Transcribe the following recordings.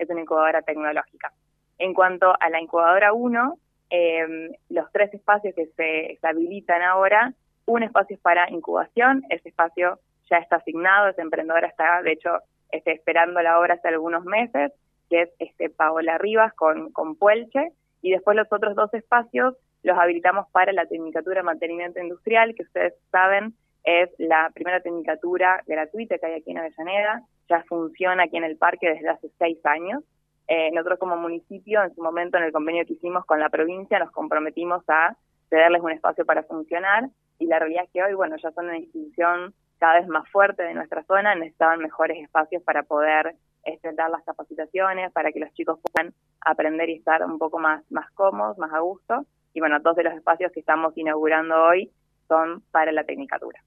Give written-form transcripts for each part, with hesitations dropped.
es una incubadora tecnológica. En cuanto a la incubadora 1, los 3 espacios que se habilitan ahora, un espacio es para incubación, ese espacio ya está asignado, esa emprendedora está, de hecho, esperando la obra hace algunos meses, que es Paola Rivas con Puelche, y después los otros 2 espacios los habilitamos para la Tecnicatura en Mantenimiento Industrial, que ustedes saben es la primera tecnicatura gratuita que hay aquí en Avellaneda, ya funciona aquí en el parque desde hace 6 años. Nosotros como municipio, en su momento, en el convenio que hicimos con la provincia, nos comprometimos a cederles un espacio para funcionar, y la realidad es que hoy, bueno, ya son una institución cada vez más fuerte de nuestra zona, necesitaban mejores espacios para poder dar las capacitaciones, para que los chicos puedan aprender y estar un poco más cómodos, más a gusto. Y bueno, 2 de los espacios que estamos inaugurando hoy son para la tecnicatura.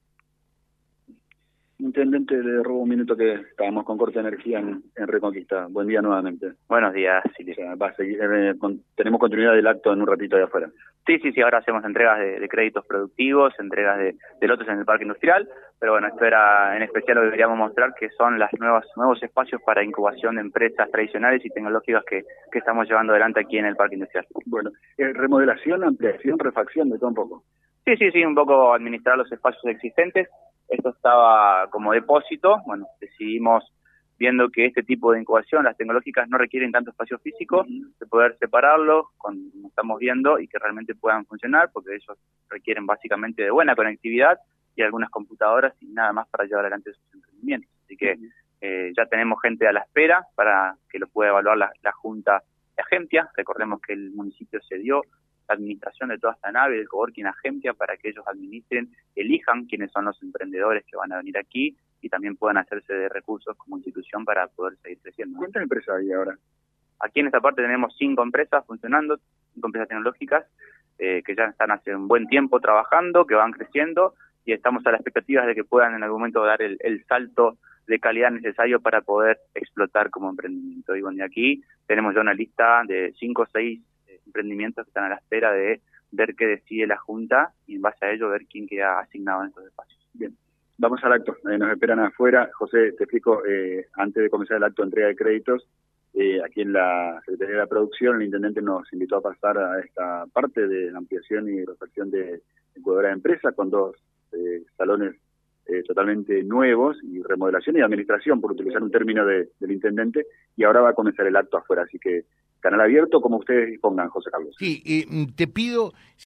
Intendente, le robo un minuto que estábamos con corte de energía en Reconquista. Buen día nuevamente. Buenos días, Silvia. O sea, va a seguir, tenemos continuidad del acto en un ratito de afuera. Sí, ahora hacemos entregas de créditos productivos, entregas de lotes en el parque industrial, pero bueno, esto era en especial lo que queríamos mostrar, que son los nuevos espacios para incubación de empresas tradicionales y tecnológicas que estamos llevando adelante aquí en el parque industrial. Bueno, remodelación, ampliación, refacción, de todo un poco. Sí, un poco administrar los espacios existentes. Esto estaba como depósito, bueno, decidimos, viendo que este tipo de incubación, las tecnológicas no requieren tanto espacio físico, de poder separarlos, como estamos viendo, y que realmente puedan funcionar, porque ellos requieren básicamente de buena conectividad y algunas computadoras y nada más para llevar adelante sus emprendimientos. Así que ya tenemos gente a la espera para que lo pueda evaluar la Junta de Agempia. Recordemos que el municipio cedió la administración de toda esta nave del coworking a Agempia para que ellos administren, elijan quiénes son los emprendedores que van a venir aquí y también puedan hacerse de recursos como institución para poder seguir creciendo. ¿Cuántas empresas hay ahora? Aquí en esta parte tenemos 5 empresas funcionando, 5 empresas tecnológicas que ya están hace un buen tiempo trabajando, que van creciendo, y estamos a la expectativa de que puedan en algún momento dar el salto de calidad necesario para poder explotar como emprendimiento. Y bueno, y aquí tenemos ya una lista de 5 o 6 emprendimientos que están a la espera de ver qué decide la Junta y en base a ello ver quién queda asignado en estos espacios. Bien, vamos al acto. Nos esperan afuera. José, te explico, antes de comenzar el acto de entrega de créditos, aquí en la Secretaría de la Producción, el intendente nos invitó a pasar a esta parte de la ampliación y refacción de incubadora de empresa con 2 salones totalmente nuevos y remodelación y administración, por utilizar un término del intendente, y ahora va a comenzar el acto afuera, así que canal abierto como ustedes dispongan, José Carlos. Sí, te pido